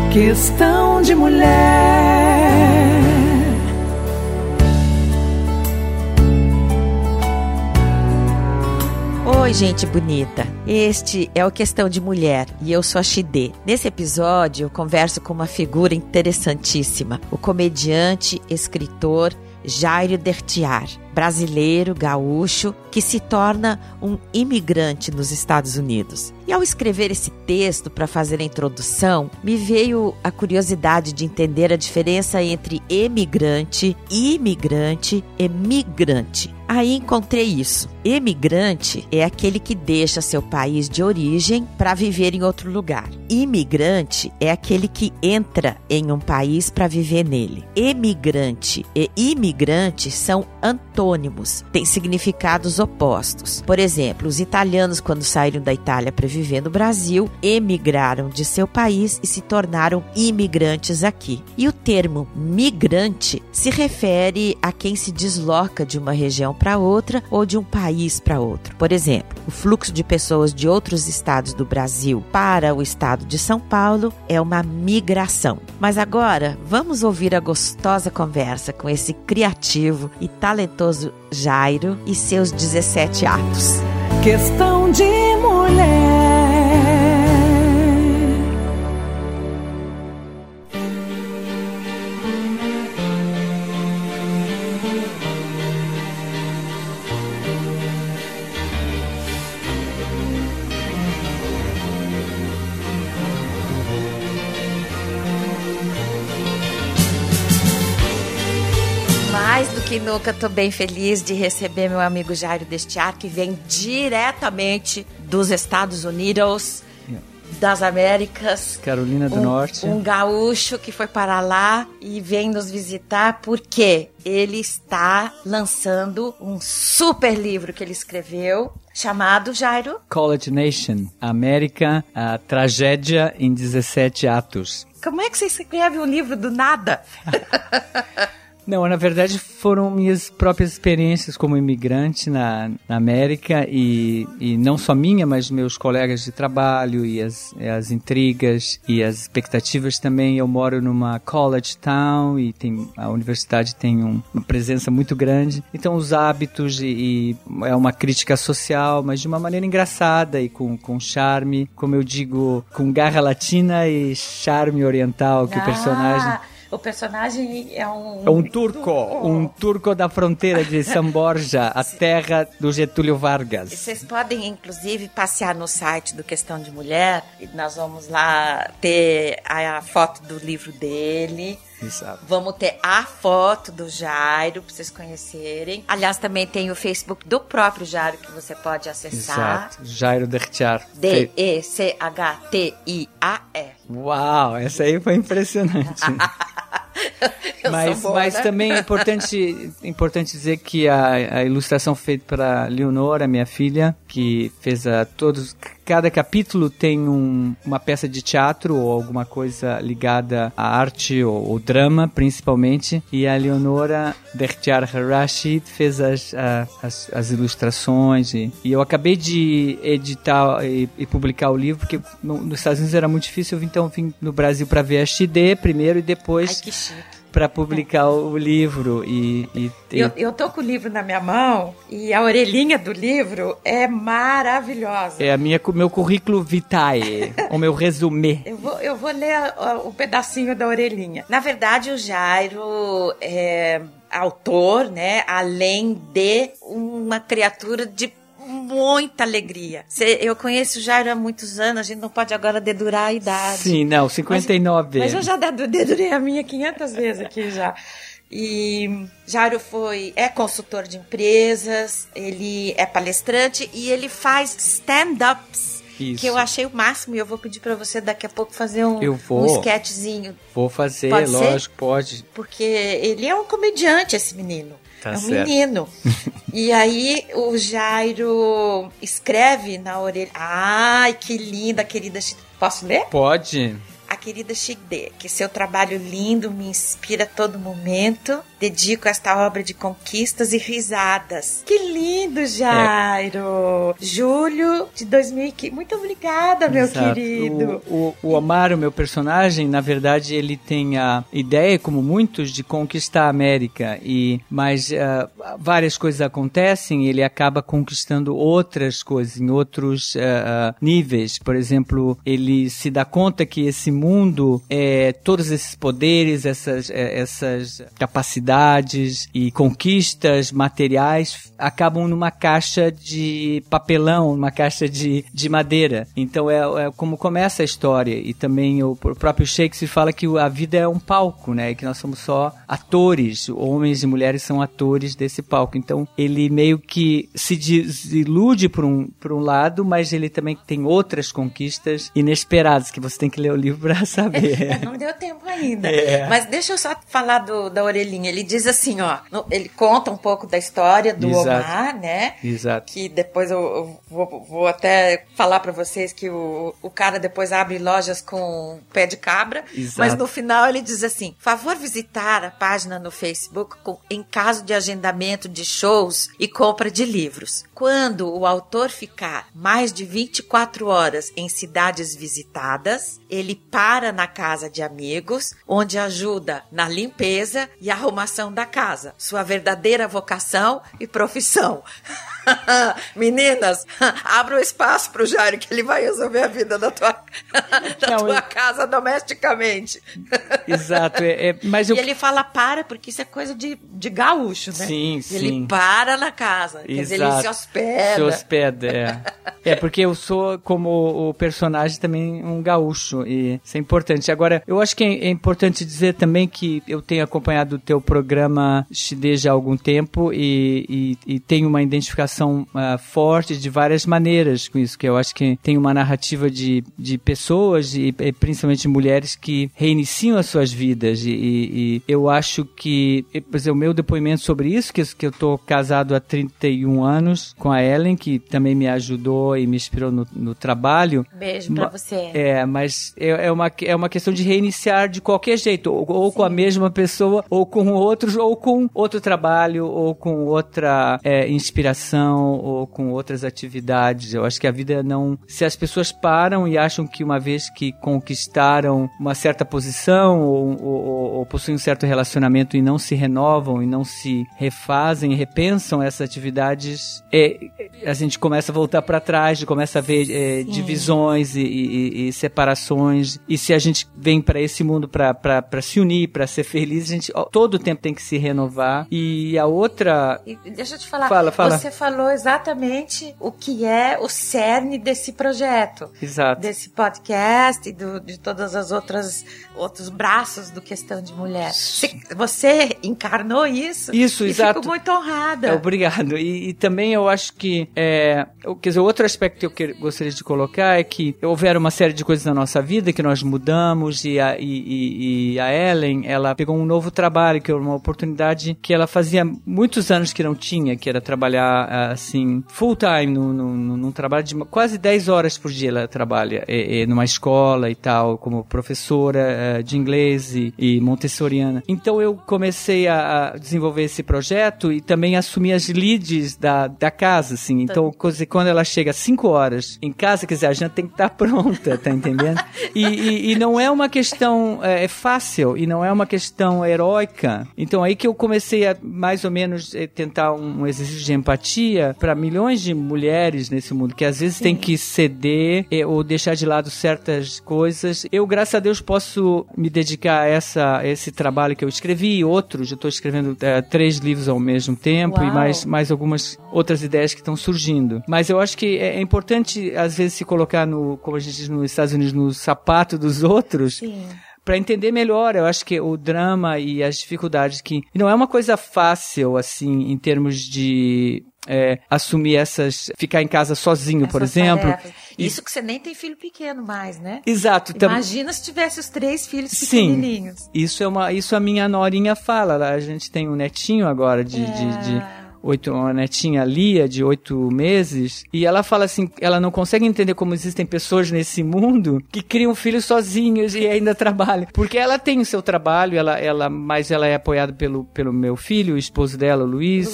Questão de Mulher. Oi, gente bonita. Este é o Questão de Mulher e eu sou a Xidê. Nesse episódio, eu converso com uma figura interessantíssima, o comediante, escritor Jairo Dertiar, brasileiro, gaúcho, que se torna um imigrante nos Estados Unidos. E ao escrever esse texto para fazer a introdução, me veio a curiosidade de entender a diferença entre emigrante, imigrante e migrante. Aí encontrei isso. Emigrante é aquele que deixa seu país de origem para viver em outro lugar. Imigrante é aquele que entra em um país para viver nele. Emigrante e imigrante são antônimos, têm significados opostos. Por exemplo, os italianos, quando saíram da Itália para viver no Brasil, emigraram de seu país e se tornaram imigrantes aqui. E o termo migrante se refere a quem se desloca de uma região para outra ou de um país para outro. Por exemplo, o fluxo de pessoas de outros estados do Brasil para o estado de São Paulo é uma migração. Mas agora, vamos ouvir a gostosa conversa com esse criativo e talentoso Jairo e seus 17 atos. Questão de Mulher. Mais do que nunca, estou bem feliz de receber meu amigo Jairo Dertiar, que vem diretamente dos Estados Unidos, das Américas. Carolina do Norte. Um gaúcho que foi para lá e vem nos visitar porque ele está lançando um super livro que ele escreveu, chamado, Jairo? College Nation, América, a tragédia em 17 atos. Como é que você escreve um livro do nada? Não, na verdade foram minhas próprias experiências como imigrante na América e não só minha, mas meus colegas de trabalho e as intrigas e as expectativas também. Eu moro numa college town e a universidade tem uma presença muito grande. Então os hábitos e é uma crítica social, mas de uma maneira engraçada e com charme, como eu digo, com garra latina e charme oriental, que o personagem... O personagem é um turco da fronteira de São Borja, a terra do Getúlio Vargas. Vocês podem, inclusive, passear no site do Questão de Mulher e nós vamos lá ter a foto do livro dele. Exato. Vamos ter a foto do Jairo para vocês conhecerem. Aliás, também tem o Facebook do próprio Jairo que você pode acessar. Exato. Jairo Dertiar. D-E-C-H-T-I-A-R. Uau, essa aí foi impressionante. Mas também é importante dizer que a ilustração feita para Leonora, minha filha, que fez cada capítulo tem uma peça de teatro ou alguma coisa ligada à arte ou drama, principalmente, e a Leonora Dertiar Rashid fez as ilustrações e eu acabei de editar e publicar o livro porque nos Estados Unidos era muito difícil, então eu vim no Brasil para ver a Xidê primeiro e depois para publicar o livro. Eu tô com o livro na minha mão e a orelhinha do livro é maravilhosa. É meu currículo vitae, o meu resumê. Eu vou ler o pedacinho da orelhinha. Na verdade, o Jairo é autor, né? Além de uma criatura de muita alegria. Eu conheço o Jairo há muitos anos, a gente não pode agora dedurar a idade. Sim, não, 59. Mas eu já dedurei a minha 500 vezes aqui já. E Jairo é consultor de empresas, ele é palestrante e ele faz stand-ups. Isso. Que eu achei o máximo e eu vou pedir pra você daqui a pouco fazer um sketchzinho. Vou fazer, pode lógico, ser? Pode. Porque ele é um comediante, esse menino. Tá é um certo. menino. E aí o Jairo escreve na orelha. Ai, que linda, querida. Posso ler? Pode. A querida Xidê, que seu trabalho lindo me inspira a todo momento. dedico esta obra de conquistas e risadas. Que lindo, Jairo! Julho de 2015. Muito obrigada, meu querido. O Omar, o meu personagem, na verdade, ele tem a ideia, como muitos, de conquistar a América. Mas várias coisas acontecem e ele acaba conquistando outras coisas, em outros níveis. Por exemplo, ele se dá conta que esse mundo, todos esses poderes, essas capacidades e conquistas materiais acabam numa caixa de papelão, numa caixa de madeira. Então é como começa a história. E também o próprio Shakespeare fala que a vida é um palco, né? Que nós somos só atores, homens e mulheres são atores desse palco. Então ele meio que se desilude por um lado, mas ele também tem outras conquistas inesperadas que você tem que ler o livro para saber. Não deu tempo ainda. Mas deixa eu só falar da orelhinha. Ele diz assim, ó, ele conta um pouco da história do Omar, né? Exato. Que depois eu vou até falar para vocês que o cara depois abre lojas com pé de cabra. Exato. Mas no final ele diz assim, favor visitar a página no Facebook em caso de agendamento de shows e compra de livros. Quando o autor ficar mais de 24 horas em cidades visitadas, ele para na casa de amigos, onde ajuda na limpeza e arrumação da casa. Sua verdadeira vocação e profissão. Meninas, abra um espaço pro Jairo que ele vai resolver a vida da tua casa domesticamente. Exato. Mas ele fala porque isso é coisa de gaúcho, né? Sim. Ele para na casa. Quer dizer, ele se hospeda. Se hospeda, porque eu sou, como o personagem, também um gaúcho. E isso é importante. Agora, eu acho que é importante dizer também que eu tenho acompanhado o teu programa desde há algum tempo e tenho uma identificação forte de várias maneiras com isso, que eu acho que tem uma narrativa de pessoas e principalmente mulheres que reiniciam as suas vidas e eu acho que, por exemplo, o meu depoimento sobre isso, que eu tô casado há 31 anos com a Ellen, que também me ajudou e me inspirou no trabalho. Beijo pra você. Mas é uma questão de reiniciar de qualquer jeito, ou com a mesma pessoa, ou com outros, ou com outro trabalho, ou com outra inspiração, ou com outras atividades. Eu acho que a vida não... Se as pessoas param e acham que uma vez que conquistaram uma certa posição ou possuem um certo relacionamento e não se renovam e não se refazem, repensam essas atividades, a gente começa a voltar para trás, começa a ver divisões e separações. E se a gente vem para esse mundo para se unir, para ser feliz, a gente todo o tempo tem que se renovar. E a outra... Deixa eu te falar. Fala. Você falou exatamente o que é o cerne desse projeto. Exato. Desse podcast e de todas as outros braços do Questão de Mulher. Você encarnou isso? Isso, exato. Fico muito honrada. Obrigado. E também eu acho que quer dizer, outro aspecto que eu gostaria de colocar é que houveram uma série de coisas na nossa vida que nós mudamos e a Ellen, ela pegou um novo trabalho, que é uma oportunidade que ela fazia muitos anos que não tinha, que era trabalhar assim, full time, num trabalho de quase 10 horas por dia. Ela trabalha numa escola e tal, como professora de inglês e montessoriana. Então eu comecei a desenvolver esse projeto e também assumir as leads da casa, assim. Então, quando ela chega às 5 horas em casa, quer dizer, a janta tem que estar pronta, tá entendendo? E não é uma questão fácil, e não é uma questão heróica. Então aí que eu comecei a, mais ou menos, tentar um exercício de empatia para milhões de mulheres nesse mundo, que às vezes tem que ceder ou deixar de lado certas coisas. Eu, graças a Deus, posso me dedicar a esse trabalho que eu escrevi e outros. Eu estou escrevendo 3 livros ao mesmo tempo. Uau. E mais algumas outras ideias que estão surgindo. Mas eu acho que é importante, às vezes, se colocar como a gente diz nos Estados Unidos, no sapato dos outros. Sim. Para entender melhor, eu acho que o drama e as dificuldades que... Não é uma coisa fácil, assim, em termos de... assumir ficar em casa sozinho, por exemplo. Isso que você nem tem filho pequeno mais, né? Exato. Imagina se tivesse os 3 filhos pequenininhos. Sim, isso a minha norinha fala. A gente tem um netinho agora de uma netinha Lia, de 8 meses, e ela fala assim, ela não consegue entender como existem pessoas nesse mundo que criam filhos sozinhos e ainda trabalham. Porque ela tem o seu trabalho, mas ela é apoiada pelo meu filho, o esposo dela, o Luiz.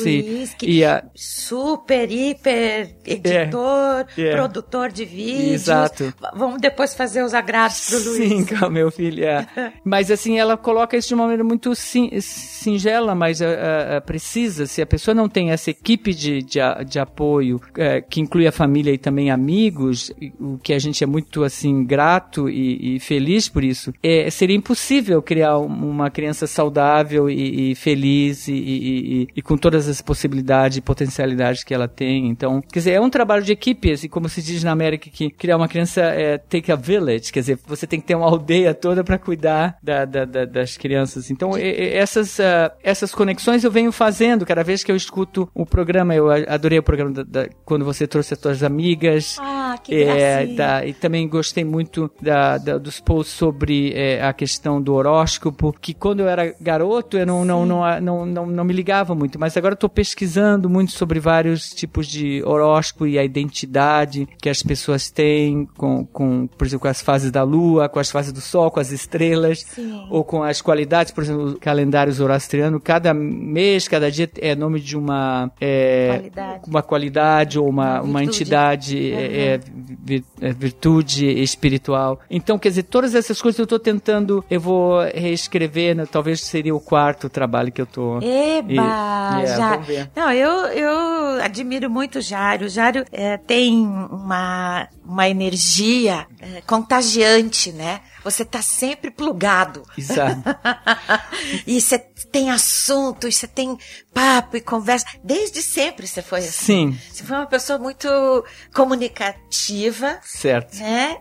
Super, hiper editor, produtor de vídeos. Exato. Vamos depois fazer os agrados pro Luiz. Sim, com o meu filho, Mas assim, ela coloca isso de uma maneira muito singela, mas precisa. Se a pessoa não tem essa equipe de apoio, que inclui a família e também amigos, o que a gente é muito assim grato e feliz por isso, seria impossível criar uma criança saudável e feliz e com todas as possibilidades e potencialidades que ela tem. Então, quer dizer, é um trabalho de equipe, assim, como se diz na América, que criar uma criança take a village, quer dizer, você tem que ter uma aldeia toda para cuidar das crianças. Então, essas conexões eu venho fazendo cada vez que eu escuto o programa. Eu adorei o programa quando você trouxe as suas amigas. Que gracinha. E também gostei muito dos posts sobre a questão do horóscopo, que quando eu era garoto eu não me ligava muito, mas agora eu estou pesquisando muito sobre vários tipos de horóscopo e a identidade que as pessoas têm por exemplo, com as fases da lua, com as fases do sol, com as estrelas. Sim. Ou com as qualidades, por exemplo, o calendário zoroastriano, cada mês, cada dia é nome de uma qualidade ou uma entidade, virtude espiritual. Então, quer dizer, todas essas coisas eu estou tentando, eu vou reescrever, né? Talvez seria o 4º trabalho que eu estou... Vamos ver. Não, eu admiro muito o Jário. O Jário tem uma energia contagiante, né? Você tá sempre plugado. Exato. E você tem assunto, e você tem papo e conversa. Desde sempre você foi assim. Sim. Você foi uma pessoa muito comunicativa. Certo. Né?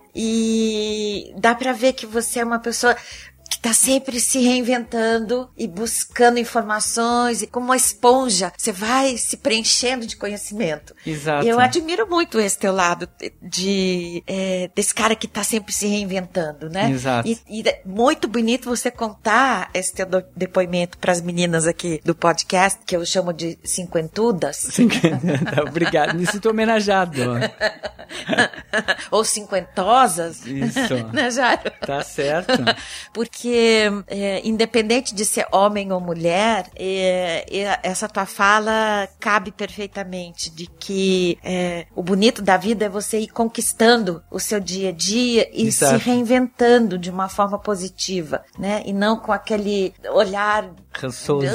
E dá pra ver que você é uma pessoa que tá sempre se reinventando e buscando informações, e como uma esponja, você vai se preenchendo de conhecimento. Exato. Eu admiro muito esse teu lado desse cara que tá sempre se reinventando, né? Exato. E muito bonito você contar esse teu depoimento pras meninas aqui do podcast, que eu chamo de cinquentudas. Obrigado, me sinto homenageado. Ou cinquentosas. Isso. Né, Jário? Tá certo. Porque, independente de ser homem ou mulher, essa tua fala cabe perfeitamente, de que o bonito da vida é você ir conquistando o seu dia a dia e Exato. se reinventando de uma forma positiva, né? E não com aquele olhar cansoso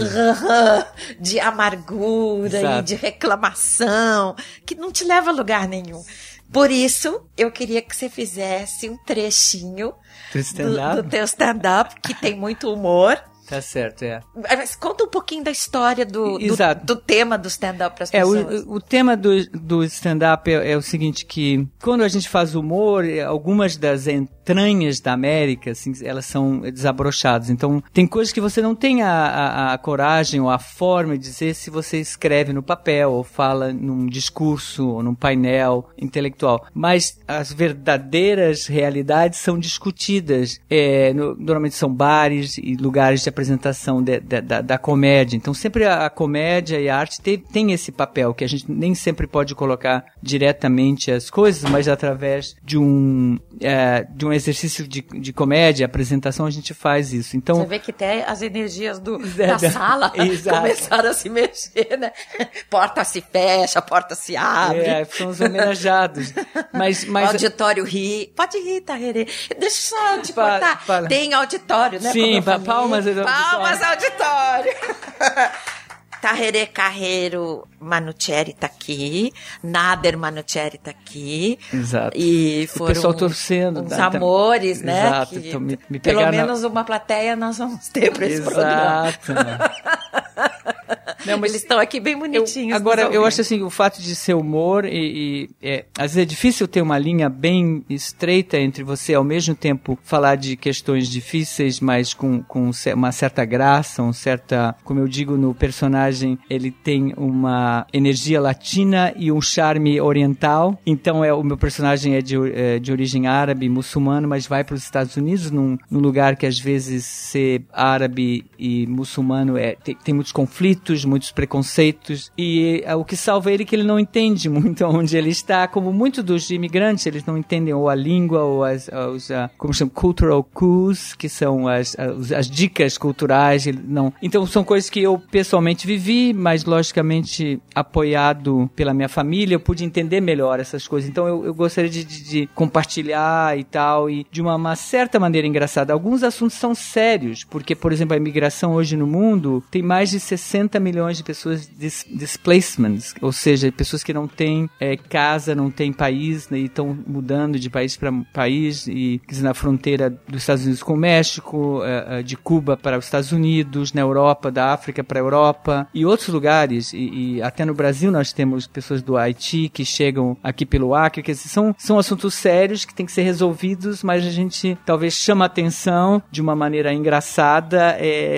de amargura. Exato. E de reclamação, que não te leva a lugar nenhum. Por isso, eu queria que você fizesse um trechinho do teu stand-up, que tem muito humor. Tá certo, Mas conta um pouquinho da história do tema do stand-up para as pessoas. O tema do stand-up é o seguinte, que quando a gente faz humor, algumas das entranhas da América, assim, elas são desabrochadas. Então, tem coisas que você não tem a coragem ou a forma de dizer se você escreve no papel, ou fala num discurso, ou num painel intelectual. Mas as verdadeiras realidades são discutidas. Normalmente são bares e lugares de apresentação da comédia. Então, sempre a comédia e a arte tem esse papel, que a gente nem sempre pode colocar diretamente as coisas, mas através de um exercício de comédia, apresentação, a gente faz isso. Então, você vê que até as energias da sala começaram a se mexer, né? Porta se fecha, porta se abre. São os homenageados. Mas o auditório ri. Pode rir, Tarrerê. Deixa eu só te cortar. Tem auditório, né? Sim, palmas auditório. Tarrerê Carreiro Manucheri tá aqui, Nader Manucheri tá aqui. Exato. E foram o pessoal torcendo. Uns amores, né? Exato. Que, me pelo menos uma plateia nós vamos ter para esse programa. Exato. Não, mas eles estão aqui bem bonitinhos. Agora, eu acho assim, o fato de ser humor às vezes é difícil ter uma linha bem estreita entre você, ao mesmo tempo, falar de questões difíceis, mas com uma certa graça, como eu digo no personagem, ele tem uma energia latina e um charme oriental. Então, o meu personagem é de origem árabe, muçulmano, mas vai para os Estados Unidos, num lugar que às vezes ser árabe e muçulmano tem muitos conflitos, muitos preconceitos, e o que salva ele é que ele não entende muito onde ele está, como muitos dos imigrantes, eles não entendem ou a língua ou como chama, cultural cues, que são as dicas culturais, não. Então são coisas que eu pessoalmente vivi, mas logicamente apoiado pela minha família, eu pude entender melhor essas coisas. Então eu gostaria de compartilhar e tal, e de uma certa maneira engraçada. Alguns assuntos são sérios, porque, por exemplo, a imigração hoje no mundo tem mais de 60 milhões de pessoas displacements, ou seja, pessoas que não têm casa, não têm país, né, e estão mudando de país para país, e na fronteira dos Estados Unidos com o México, de Cuba para os Estados Unidos, na Europa, da África para a Europa, e outros lugares, e até no Brasil nós temos pessoas do Haiti que chegam aqui pelo Acre, que são assuntos sérios que têm que ser resolvidos, mas a gente talvez chama a atenção de uma maneira engraçada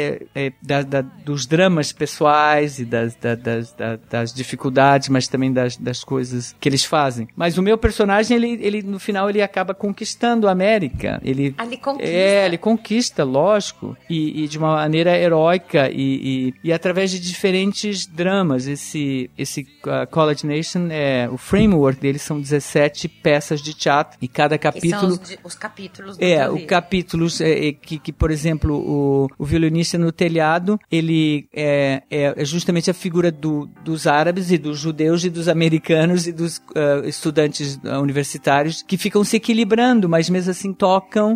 dos dramas pessoais e das dificuldades, mas também das coisas que eles fazem. Mas o meu personagem, ele no final, ele acaba conquistando a América. Ele conquista. Ele conquista, lógico, e de uma maneira heróica e através de diferentes dramas. Esse College Nation, o framework dele são 17 peças de teatro, e cada capítulo... E são os capítulos do livro. Os capítulos que, por exemplo, o violinista no telhado, ele é justamente a figura dos árabes e dos judeus e dos americanos e dos estudantes universitários que ficam se equilibrando, mas mesmo assim tocam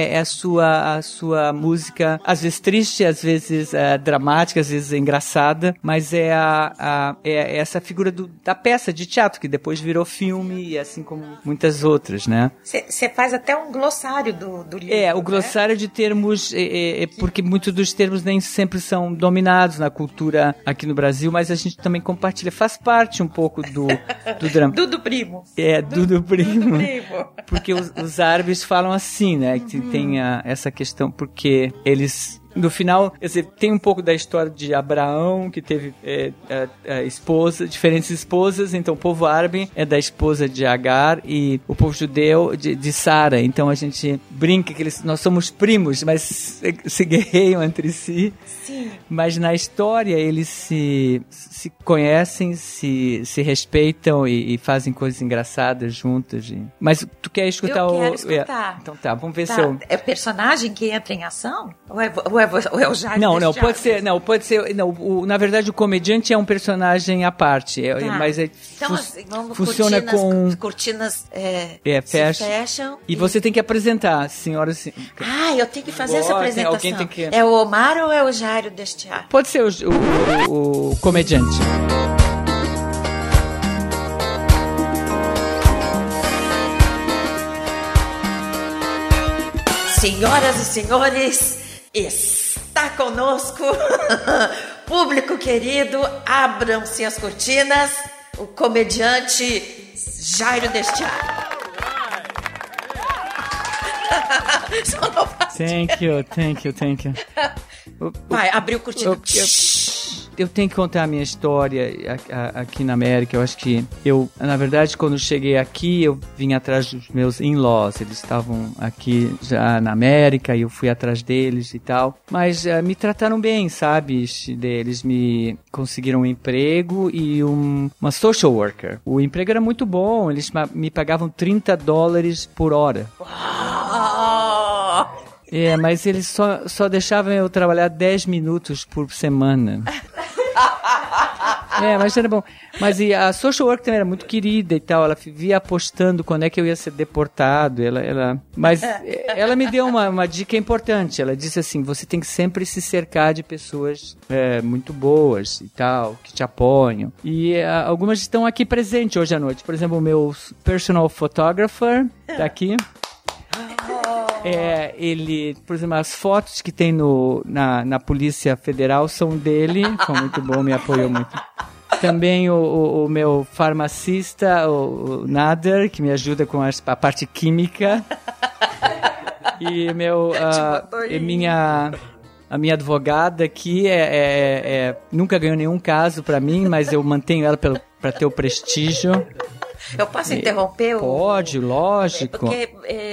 a sua música, às vezes triste, às vezes dramática, às vezes engraçada, mas essa figura da peça de teatro que depois virou filme, e assim como muitas outras, né? Você faz até um glossário do livro. O glossário de termos, porque muitos dos termos nem sempre são dominados na cultura aqui no Brasil, mas a gente também compartilha, faz parte um pouco do drama. Dudu Primo. Dudu Primo. Porque os árabes falam assim, né? Que tem essa questão, porque eles... No final, tem um pouco da história de Abraão, que teve diferentes esposas. Então o povo árabe é da esposa de Agar, e o povo judeu de Sara. Então a gente brinca que nós somos primos, mas se guerreiam entre si. Sim. Mas na história eles se conhecem, se respeitam e fazem coisas engraçadas juntas. Mas tu quer escutar Eu quero escutar. Então tá, vamos ver se eu... É personagem que entra em ação? Ou é o Jairo? Não, pode ser. Na verdade, o comediante é um personagem à parte. Mas então, vamos funciona cortinas fecham. E você tem que apresentar, senhora. Eu tenho que fazer essa apresentação. Alguém tem que... É o Omar ou é o Jairo deste ar? Pode ser o comediante. Senhoras e senhores, está conosco, público querido, abram-se as cortinas, o comediante Jairo Destiar. Thank you. Vai, abriu o cortina. Eu tenho que contar a minha história aqui na América. Eu acho que na verdade, quando cheguei aqui, eu vim atrás dos meus in-laws. Eles estavam aqui já na América e eu fui atrás deles e tal. Mas me trataram bem, sabe? Eles me conseguiram um emprego e uma social worker. O emprego era muito bom. Eles me pagavam $30 por hora. Mas eles só deixavam eu trabalhar 10 minutos por semana. Mas era bom. Mas a social work também era muito querida e tal. Ela vivia apostando quando é que eu ia ser deportado. Mas ela me deu uma dica importante. Ela disse assim, você tem que sempre se cercar de pessoas muito boas e tal, que te apoiam. E algumas estão aqui presentes hoje à noite. Por exemplo, o meu personal photographer tá aqui. Ele, por exemplo, as fotos que tem na Polícia Federal são dele, foi muito bom, me apoiou muito. Também o meu farmacista, o Nader, que me ajuda com a parte química. E a minha advogada aqui nunca ganhou nenhum caso pra mim, mas eu mantenho ela pra ter o prestígio. Eu posso interromper? Pode, lógico. Porque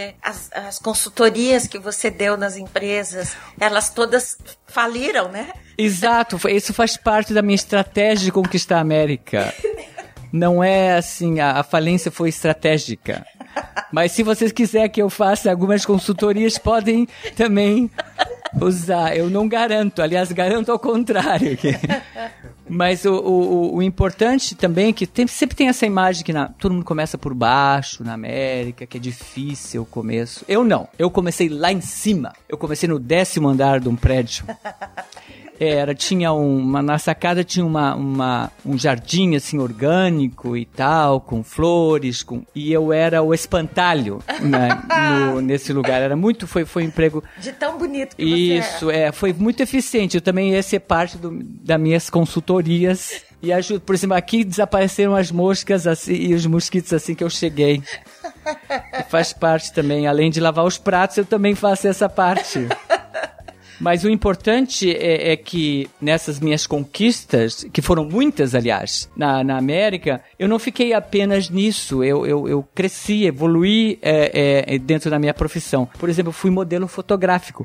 as consultorias que você deu nas empresas, elas todas faliram, né? Exato, isso faz parte da minha estratégia de conquistar a América. Não é assim, a falência foi estratégica. Mas se vocês quiserem que eu faça algumas consultorias, podem também usar. Eu não garanto, aliás, garanto ao contrário. Mas o importante também é que sempre tem essa imagem que todo mundo começa por baixo, na América, que é difícil o começo. Eu não, eu comecei lá em cima. Eu comecei no 10º andar de um prédio. Tinha na sacada tinha um jardim assim orgânico e tal, com flores, e eu era o espantalho, né, nesse lugar. Era muito, foi um emprego de tão bonito que isso, você é. Foi muito eficiente. Eu também ia ser parte das minhas consultorias e ajudo. Por exemplo, aqui desapareceram as moscas assim, e os mosquitos assim que eu cheguei. Faz parte também, além de lavar os pratos, eu também faço essa parte. Mas o importante é que nessas minhas conquistas, que foram muitas, aliás, na América, eu não fiquei apenas nisso. Eu cresci, evoluí dentro da minha profissão. Por exemplo, eu fui modelo fotográfico.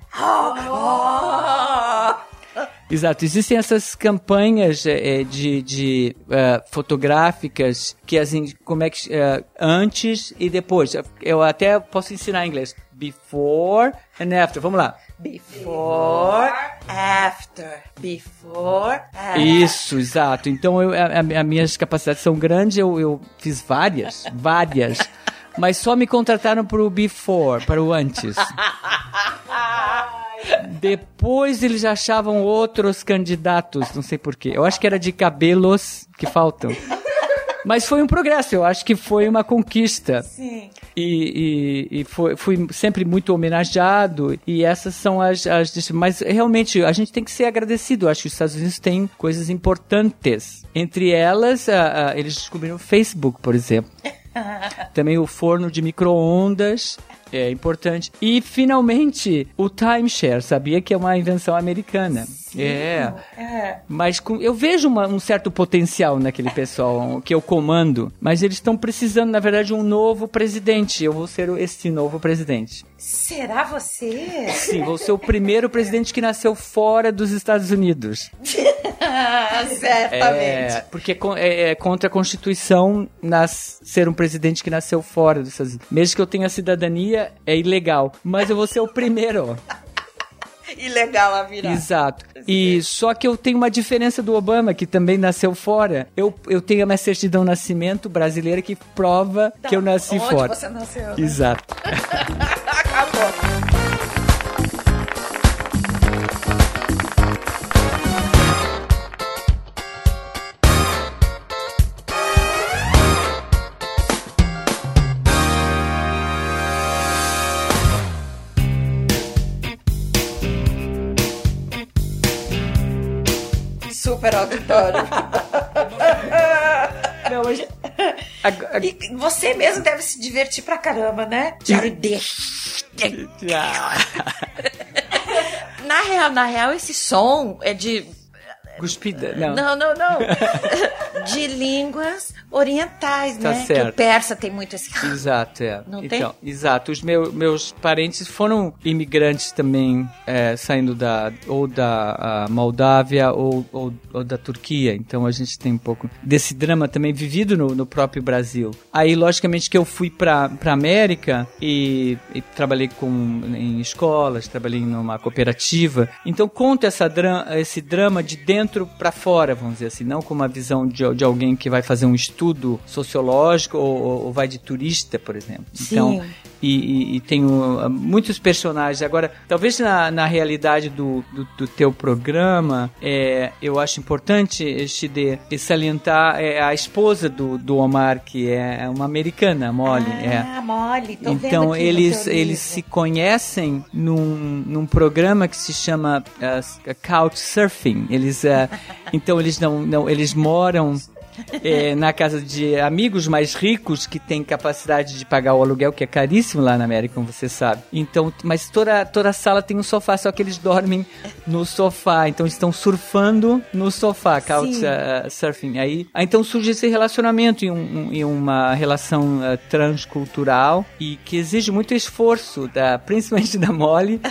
Exato, existem essas campanhas fotográficas que assim, antes e depois. Eu até posso ensinar em inglês. Before and after. Vamos lá. Before, after. Before, after. Isso, exato. Então, as minhas capacidades são grandes, eu fiz várias. Mas só me contrataram para o before, para o antes. Depois eles já achavam outros candidatos, não sei porquê. Eu acho que era de cabelos que faltam. Mas foi um progresso, eu acho que foi uma conquista. Sim. E fui sempre muito homenageado, e essas são as... Mas realmente, a gente tem que ser agradecido. Eu acho que os Estados Unidos têm coisas importantes. Entre elas, eles descobriram o Facebook, por exemplo. Também o forno de micro-ondas. É importante. E, finalmente, o timeshare. Sabia que é uma invenção americana. Sim, Mas eu vejo um certo potencial naquele pessoal que eu comando. Mas eles estão precisando, na verdade, de um novo presidente. Eu vou ser esse novo presidente. Será você? Sim, vou ser o primeiro presidente que nasceu fora dos Estados Unidos. Certamente. Porque é contra a Constituição ser um presidente que nasceu fora dos Estados Unidos. Mesmo que eu tenha cidadania, é ilegal. Mas eu vou ser o primeiro. Ilegal a virar. Exato. E só que eu tenho uma diferença do Obama, que também nasceu fora. Eu tenho a minha certidão de nascimento brasileira que prova que eu nasci fora. Onde você nasceu, né? Exato. Acabou. Super auditório. Não, mas... E você mesmo deve se divertir pra caramba, né? Na real, esse som é de... Cuspida? Não. De línguas orientais, tá né? Certo. Que o persa tem muito esse... Exato, Não então, tem? Exato. Os meus parentes foram imigrantes também, saindo da Moldávia ou da Turquia. Então a gente tem um pouco desse drama também vivido no próprio Brasil. Aí, logicamente, que eu fui pra América e trabalhei em escolas, trabalhei numa cooperativa. Então conta esse drama de dentro para fora, vamos dizer assim, não com uma visão de alguém que vai fazer um estudo sociológico ou vai de turista, por exemplo. Sim. Então, e tenho muitos personagens. Agora, talvez na realidade do teu programa, eu acho importante, Chide, salientar a esposa do Omar, que é uma americana, a Molly. Molly, tô vendo então, aqui eles se conhecem num programa que se chama Couchsurfing. Então, eles moram na casa de amigos mais ricos que têm capacidade de pagar o aluguel, que é caríssimo lá na América, como você sabe. Então, mas toda a sala tem um sofá, só que eles dormem no sofá. Então, eles estão surfando no sofá, couchsurfing. Aí, então surge esse relacionamento e uma relação transcultural e que exige muito esforço, principalmente da Molly,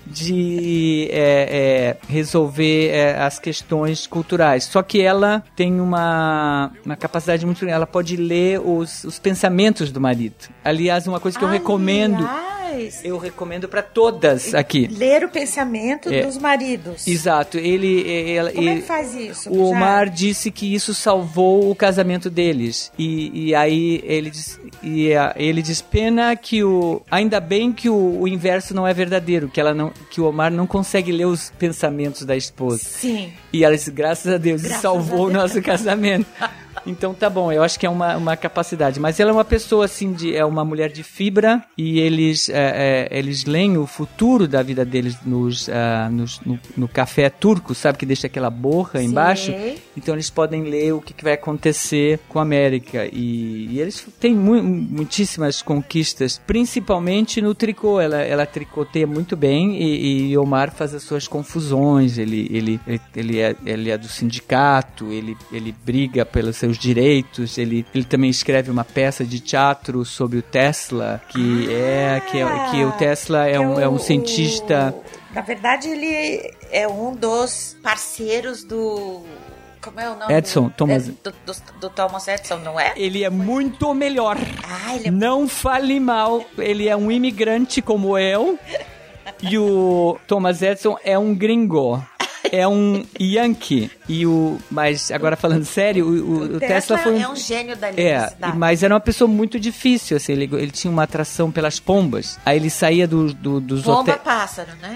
de resolver as questões culturais. Só que ela tem uma capacidade muito grande. Ela pode ler os pensamentos do marido. Aliás, uma coisa que eu recomendo para todas aqui. Ler o pensamento dos maridos. Exato. Como é que faz isso? O Omar disse que isso salvou o casamento deles. E aí ele diz pena que ainda bem que o inverso não é verdadeiro, que o Omar não consegue ler os pensamentos da esposa. Sim. E ela disse, graças a Deus, salvou o nosso casamento. Então tá bom, eu acho que é uma capacidade. Mas ela é uma pessoa assim, é uma mulher de fibra, e eles leem o futuro da vida deles no café turco, sabe, que deixa aquela borra embaixo. Então eles podem ler o que vai acontecer com a América. E eles têm muitíssimas conquistas, principalmente no tricô. Ela tricoteia muito bem, e Omar faz as suas confusões. Ele é do sindicato, ele briga pelos seus direitos, ele também escreve uma peça de teatro sobre o Tesla, que o Tesla é um cientista. Na verdade, ele é um dos parceiros do... Como é o nome? Edison, Thomas. Do Thomas Edison, não é? Ele é muito melhor. Não fale mal. Ele é um imigrante como eu. E o Thomas Edison é um gringo. É um Yankee. Mas agora falando sério, o Tesla foi é um gênio da eletricidade. Mas era uma pessoa muito difícil, assim, ele tinha uma atração pelas pombas. Aí ele saía dos hotéis. Pomba pássaro, né?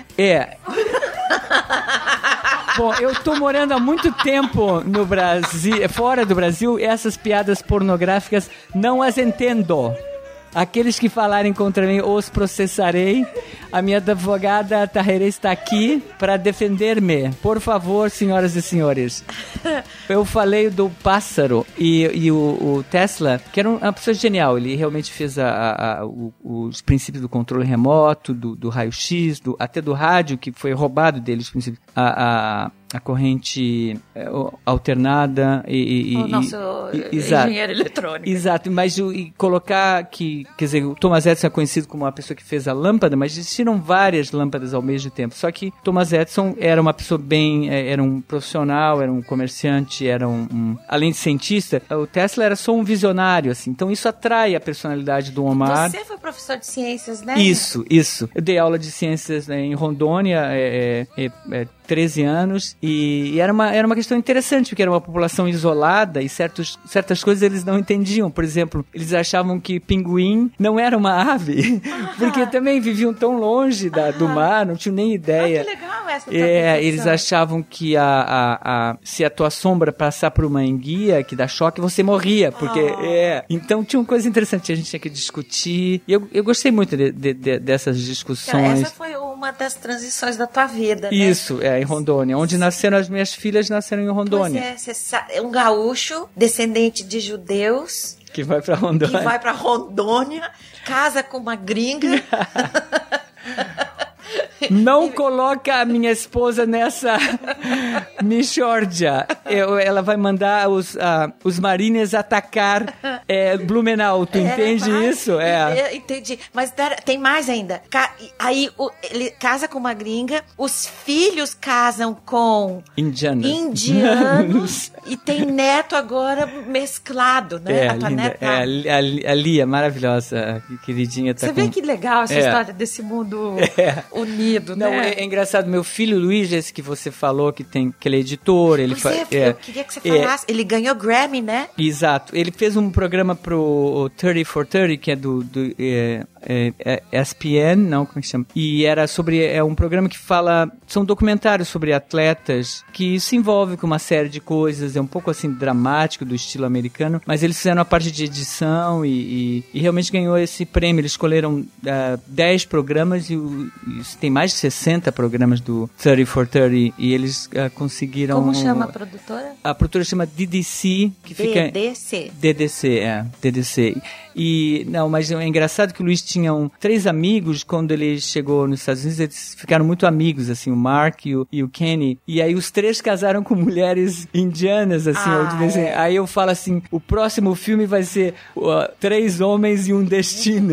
Bom, eu tô morando há muito tempo no Brasil, fora do Brasil, e essas piadas pornográficas não as entendo. Aqueles que falarem contra mim, os processarei. A minha advogada Tahereh está aqui para defender-me. Por favor, senhoras e senhores. Eu falei do pássaro e o Tesla, que era uma pessoa genial. Ele realmente fez os princípios do controle remoto, do raio-x, até do rádio, que foi roubado dele, os princípios. A corrente alternada o nosso engenheiro eletrônico. Exato, mas colocar que, quer dizer, o Thomas Edison é conhecido como a pessoa que fez a lâmpada, mas existiram várias lâmpadas ao mesmo tempo. Só que Thomas Edison era uma pessoa era um profissional, era um comerciante, era além de cientista, o Tesla era só um visionário, assim. Então isso atrai a personalidade do Omar. Você foi professor de ciências, né? Isso. Eu dei aula de ciências em Rondônia, 13 anos, e era uma questão interessante, porque era uma população isolada e certas coisas eles não entendiam. Por exemplo, eles achavam que pinguim não era uma ave, porque também viviam tão longe do mar, não tinham nem ideia. Que legal essa eles achavam que se a tua sombra passar por uma enguia que dá choque, você morria, porque então tinha uma coisa interessante, a gente tinha que discutir, e eu gostei muito dessas discussões. Essa foi uma das transições da tua vida, né? Isso, em Rondônia, onde nasceram as minhas filhas, nasceram em Rondônia. Pois é um gaúcho, descendente de judeus, que vai pra Rondônia, casa com uma gringa. Não coloca a minha esposa nessa Michórdia. Ela vai mandar os marines atacar Blumenau. Tu entende isso? Entendi. Mas tem mais ainda. Aí ele casa com uma gringa, os filhos casam com indianos e tem neto agora mesclado, né? A tua neta. A Lia, maravilhosa, queridinha. Você vê que legal essa história desse mundo unido. Não, né? É engraçado. Meu filho Luiz, esse que você falou, que ele é editor. Eu queria que você falasse. Ele ganhou Grammy, né? Exato. Ele fez um programa pro 30 for 30, que é do ESPN, não, como é que chama? E era sobre, um programa que são documentários sobre atletas, que se envolve com uma série de coisas, é um pouco assim dramático, do estilo americano, mas eles fizeram a parte de edição e realmente ganhou esse prêmio. Eles escolheram 10 programas e tem mais de 60 programas do 30 for 30 e eles conseguiram... Como chama a produtora? A produtora chama DDC, que fica... DDC. DDC. Mas é engraçado que o Luiz tinha 3 amigos. Quando ele chegou nos Estados Unidos, eles ficaram muito amigos, assim, o Mark e o Kenny. E aí os 3 casaram com mulheres indianas, assim. Aí eu falo assim, o próximo filme vai ser 3 homens e um destino.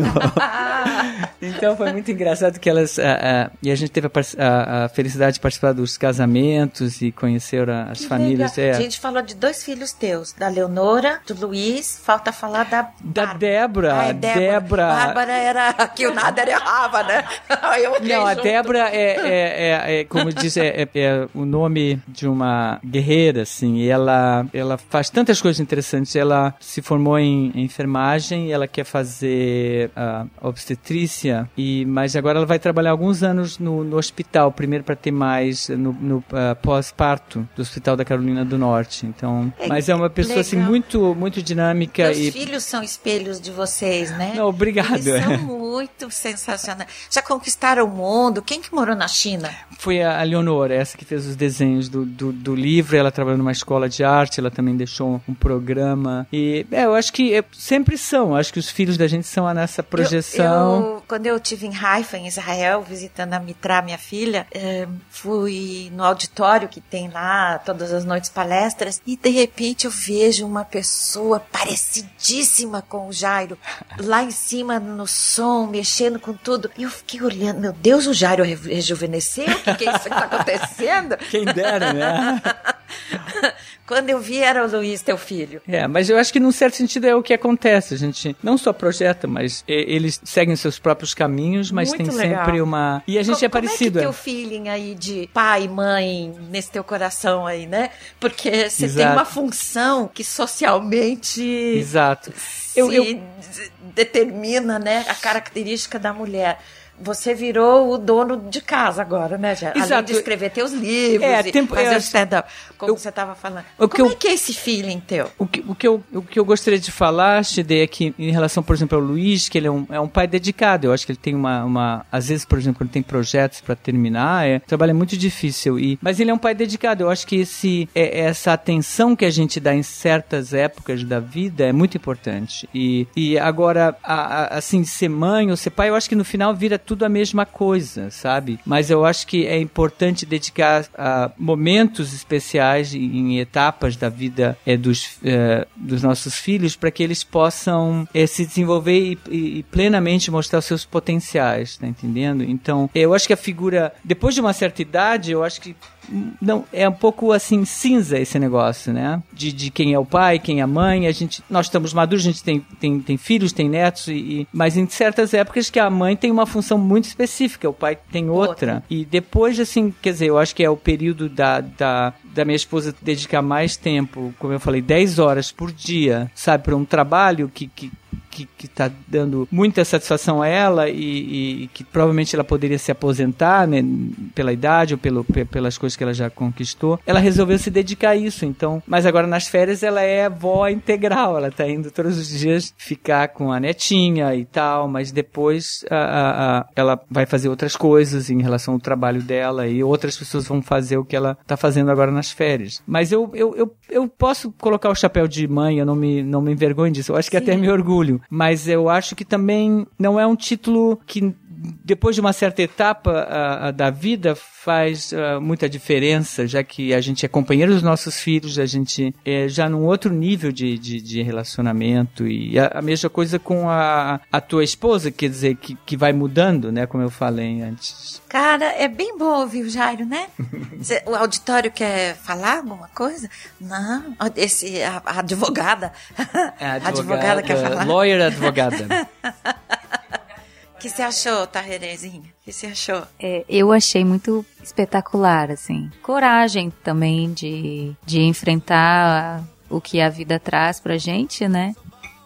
Então foi muito engraçado que elas... e a gente teve a felicidade de participar dos casamentos e conhecer as famílias. A gente falou de 2 filhos teus, da Leonora, do Luiz, falta falar da Débora. Débora. Bárbara era que o nada errava, né? Não, a Débora como diz, o nome de uma guerreira, assim, e ela faz tantas coisas interessantes. Ela se formou em enfermagem, ela quer fazer obstetrícia, mas agora ela vai trabalhar alguns anos no hospital, primeiro para ter mais no pós-parto do Hospital da Carolina do Norte. Então, mas é uma pessoa assim muito, muito dinâmica. Os filhos são espelhos de vocês, né? Não, obrigado. Eles são muito sensacionais. Já conquistaram o mundo. Quem que morou na China? Foi a Leonora, essa que fez os desenhos do livro. Ela trabalhou numa escola de arte, ela também deixou um programa. E eu acho que sempre são. Acho que os filhos da gente são nessa projeção. Quando eu estive em Haifa, em Israel, visitando a Mitra, minha filha, fui no auditório que tem lá todas as noites palestras, e de repente eu vejo uma pessoa parecidíssima com o Jairo, lá em cima no som, mexendo com tudo. E eu fiquei olhando, meu Deus, o Jairo rejuvenesceu? O que é isso que está acontecendo? Quem dera, né? Quando eu vi, era o Luiz, teu filho. Mas eu acho que num certo sentido é o que acontece. A gente não só projeta, mas eles seguem seus próprios caminhos, mas muito tem legal. Sempre uma... E a gente é parecido. Como é que teu feeling aí de pai e mãe nesse teu coração aí, né? Porque você tem uma função que socialmente... Exato. Determina, né, a característica da mulher. Você virou o dono de casa agora, né, já? Exato. Além de escrever teus livros e fazer o stand-up, como você estava falando. Como é que é esse feeling teu? O que eu gostaria de falar, Chide, é que em relação, por exemplo, ao Luiz, que ele é um pai dedicado. Eu acho que ele tem às vezes, por exemplo, quando tem projetos para terminar, o trabalho é muito difícil. Mas ele é um pai dedicado. Eu acho que essa atenção que a gente dá em certas épocas da vida é muito importante. E agora, assim, ser mãe ou ser pai, eu acho que no final vira tudo a mesma coisa, sabe? Mas eu acho que é importante dedicar momentos especiais em etapas da vida dos nossos filhos para que eles possam se desenvolver e plenamente mostrar os seus potenciais, tá entendendo? Então, eu acho que a figura, depois de uma certa idade, eu acho que não, é um pouco assim cinza esse negócio, né? De quem é o pai, quem é a mãe. Nós estamos maduros, a gente tem filhos, tem netos, mas em certas épocas que a mãe tem uma função muito específica, o pai tem outra. E depois, assim, quer dizer, eu acho que é o período da minha esposa dedicar mais tempo, como eu falei, 10 horas por dia, sabe, para um trabalho que está dando muita satisfação a ela e que provavelmente ela poderia se aposentar, né, pela idade ou pelas coisas que ela já conquistou. Ela resolveu se dedicar a isso, então. Mas agora nas férias ela é avó integral, ela está indo todos os dias ficar com a netinha e tal, mas depois ela vai fazer outras coisas em relação ao trabalho dela e outras pessoas vão fazer o que ela está fazendo agora nas férias. Mas eu posso colocar o chapéu de mãe, eu não me envergonho disso, eu acho que até me orgulho. Mas eu acho que também não é um título que, depois de uma certa etapa da vida, faz muita diferença, já que a gente é companheiro dos nossos filhos, a gente é já num outro nível de relacionamento. E a mesma coisa com a tua esposa, quer dizer, que vai mudando, né, como eu falei antes. Cara, é bem bom ouvir o Jairo, né? O auditório quer falar alguma coisa? Não, a advogada. A advogada quer falar. Lawyer advogada. O que você achou, Taherezinha? O que você achou? Eu achei muito espetacular, assim. Coragem também de enfrentar o que a vida traz pra gente, né?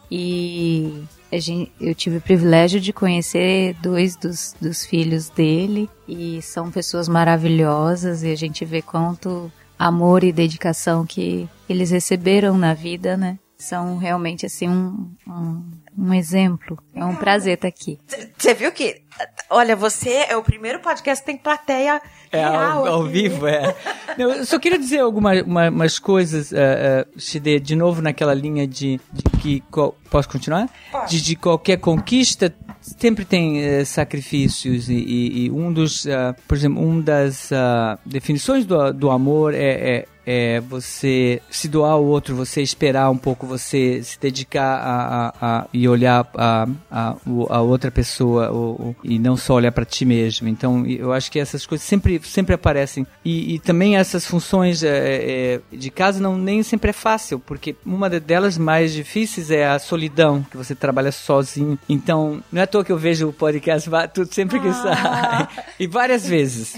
E eu tive o privilégio de conhecer 2 dos filhos dele e são pessoas maravilhosas e a gente vê quanto amor e dedicação que eles receberam na vida, né? São realmente, assim, um exemplo. É um prazer estar aqui. Você viu que... Olha, você é o primeiro podcast que tem plateia real ao aqui. vivo, Não, eu só queria dizer algumas coisas, Shide, de novo naquela linha de que... Posso continuar? Pode. De qualquer conquista sempre tem sacrifícios e um dos, por exemplo, uma das definições do amor é você se doar ao outro, você esperar um pouco, você se dedicar e olhar a outra pessoa e não só olhar para ti mesmo. Então, eu acho que essas coisas sempre aparecem. E também essas funções de casa nem sempre é fácil, porque uma delas mais difíceis é a solidão, que você trabalha sozinho. Então, não é à toa que eu vejo o podcast tudo sempre que sai. E várias vezes.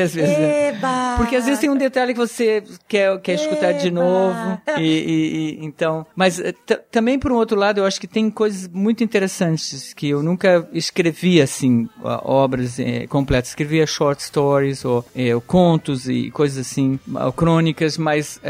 Eba! Porque às vezes tem um detalhe que você quer escutar de novo. Então, mas também por um outro lado, eu acho que tem coisas muito interessantes que eu nunca escrevi assim, obras completas. Escrevia short stories ou contos e coisas assim, crônicas, mas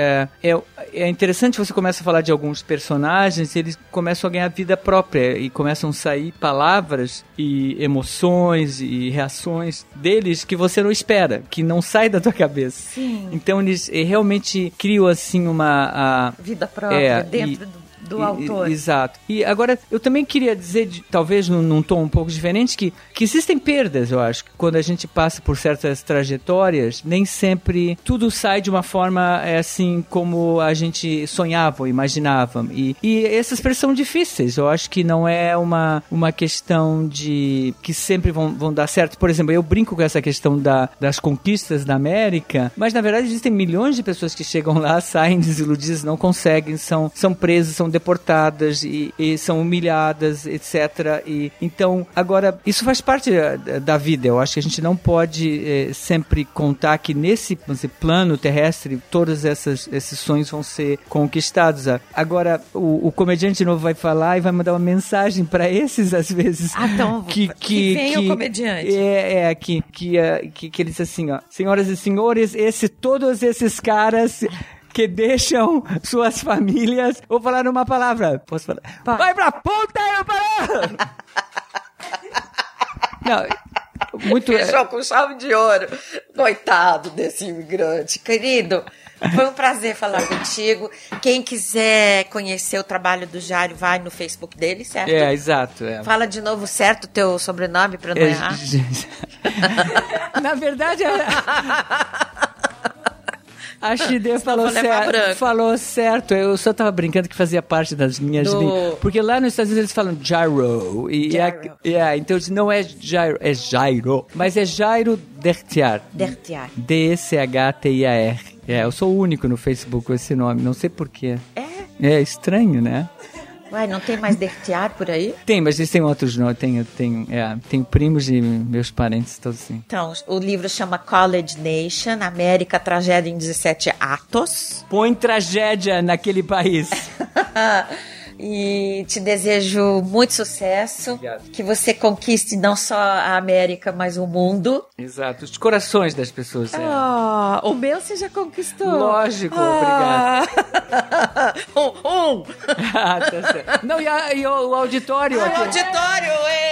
é interessante, você começa a falar de alguns personagens, eles começam a ganhar vida própria e começam a sair palavras e emoções e reações deles que você não espera, que não sai da tua cabeça. Sim. Então eles realmente criam assim uma vida própria dentro do autor. Exato. E agora, eu também queria dizer, talvez num tom um pouco diferente, que existem perdas, eu acho. Quando a gente passa por certas trajetórias, nem sempre tudo sai de uma forma assim como a gente sonhava ou imaginava. E essas perdas são difíceis. Eu acho que não é uma questão de que sempre vão dar certo. Por exemplo, eu brinco com essa questão das conquistas da América, mas na verdade existem milhões de pessoas que chegam lá, saem desiludidas, não conseguem, são presas, são deportadas e são humilhadas, etc. Então, agora, isso faz parte da vida. Eu acho que a gente não pode sempre contar que nesse plano terrestre todos esses sonhos vão ser conquistados. Agora, o comediante novo vai falar e vai mandar uma mensagem para esses, às vezes. Então, que vem o comediante. Que ele diz assim, ó: senhoras e senhores, todos esses caras que deixam suas famílias... Vou falar uma palavra. Posso falar? Vai pra puta, eu falo! Não, muito... Fechou com chave de ouro. Coitado desse imigrante. Querido, foi um prazer falar contigo. Quem quiser conhecer o trabalho do Jairo, vai no Facebook dele, certo? Exato. Fala de novo certo o teu sobrenome pra não errar. Na verdade... A Shide falou certo. Eu só tava brincando que fazia parte das minhas linhas. Porque lá nos Estados Unidos eles falam Jairo. Então não é Jairo, é Jairo. Mas é Jairo Dertiar. Dertiar. Eu sou o único no Facebook com esse nome. Não sei porquê. É estranho, né? Uai, não tem mais Dertiar por aí? Tem, mas eles têm outros nomes. Tem primos e meus parentes todos assim. Então, o livro chama College Nation, América, Tragédia em 17 Atos. Põe tragédia naquele país. E te desejo muito sucesso. Obrigado. Que você conquiste não só a América, mas o mundo. Exato, os corações das pessoas. O meu você já conquistou. Lógico, obrigado. Tá certo. Não, e o auditório aqui. O auditório,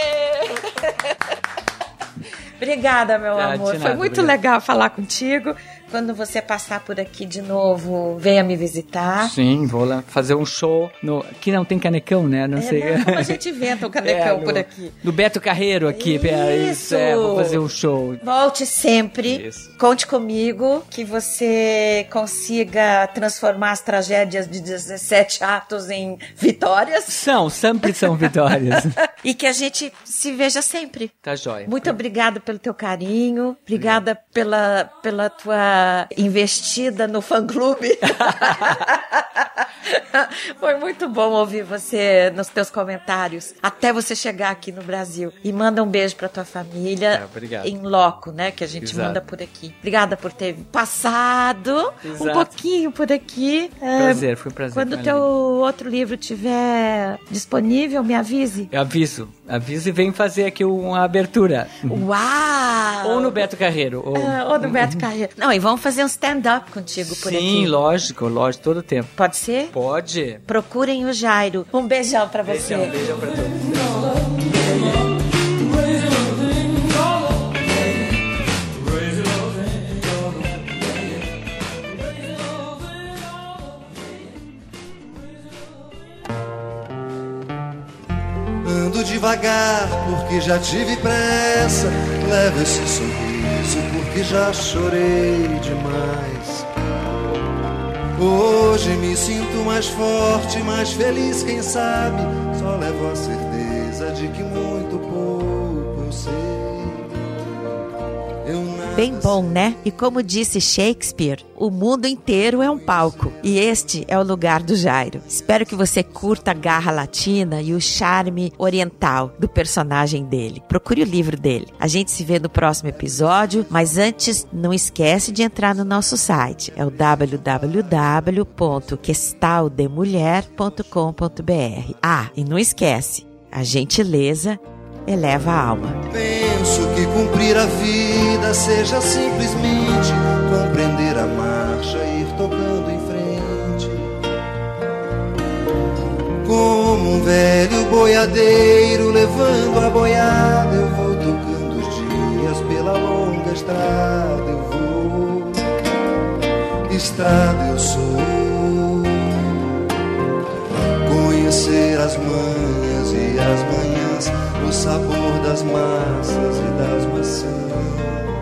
Obrigada, meu amor. Nada, foi muito legal falar contigo. Quando você passar por aqui de novo, venha me visitar. Sim, vou lá fazer um show. Aqui não tem canecão, né? Não sei. Não, a gente inventa um canecão por aqui. No Beto Carreiro aqui. Isso. Vou fazer um show. Volte sempre. Isso. Conte comigo que você consiga transformar as tragédias de 17 atos em vitórias. Sempre são vitórias. E que a gente se veja sempre. Tá jóia. Muito obrigada pelo teu carinho. Obrigada pela tua investida no fã-clube. Foi muito bom ouvir você nos teus comentários até você chegar aqui no Brasil. E manda um beijo pra tua família em loco, né? Que a gente manda por aqui. Obrigada por ter passado um pouquinho por aqui. Foi um prazer. Quando o teu outro livro estiver disponível, me avise. Eu aviso. avisa e vem fazer aqui uma abertura. Uau! Ou no Beto Carreiro. Ou no Beto Carreiro. Não, e vamos fazer um stand-up contigo por aqui. Sim, lógico, todo tempo. Pode ser? Pode. Procurem o Jairo. Um beijão pra você. Beijão pra todos. Ando devagar porque já tive pressa, levo esse sorriso porque já chorei demais. Hoje me sinto mais forte, mais feliz, quem sabe, só levo a certeza de que muito pouco eu sei. Bem bom, né? E como disse Shakespeare, o mundo inteiro é um palco. E este é o lugar do Jairo. Espero que você curta a garra latina e o charme oriental do personagem dele. Procure o livro dele. A gente se vê no próximo episódio, mas antes, não esquece de entrar no nosso site. É o www.questaldemulher.com.br. Ah, e não esquece, a gentileza eleva a alma. Penso que cumprir a vida seja simplesmente compreender a marcha e ir tocando em frente. Como um velho boiadeiro levando a boiada, eu vou tocando os dias pela longa estrada. Eu vou, estrada eu sou. Conhecer as manhas e as manhãs, o sabor das massas e das maçãs.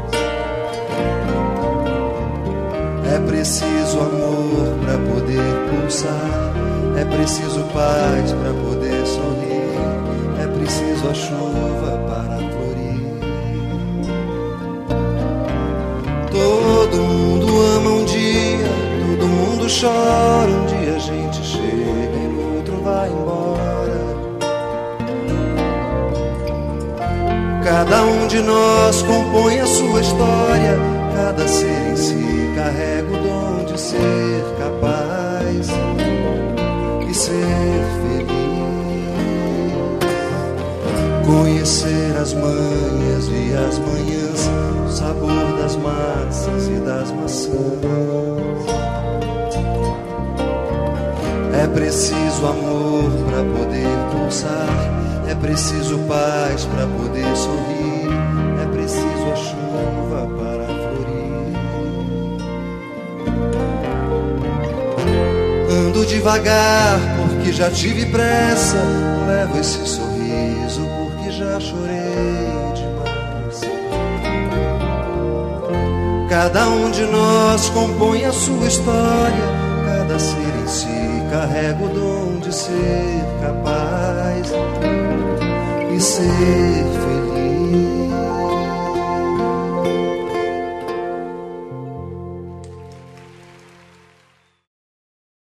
É preciso amor para poder pulsar, é preciso paz para poder sorrir, é preciso a chuva para florir. Todo mundo ama um dia, todo mundo chora, um dia a gente chega e no outro vai embora. Cada um de nós compõe a sua história, cada ser em si carrega o dom de ser capaz e ser feliz. Conhecer as manhas e as manhãs, o sabor das massas e das maçãs. É preciso amor para poder pulsar, é preciso paz para poder sorrir, é preciso a chuva para florir. Ando devagar porque já tive pressa, levo esse sorriso porque já chorei demais. Cada um de nós compõe a sua história, cada ser em si carrega o dom de ser capaz e ser feliz.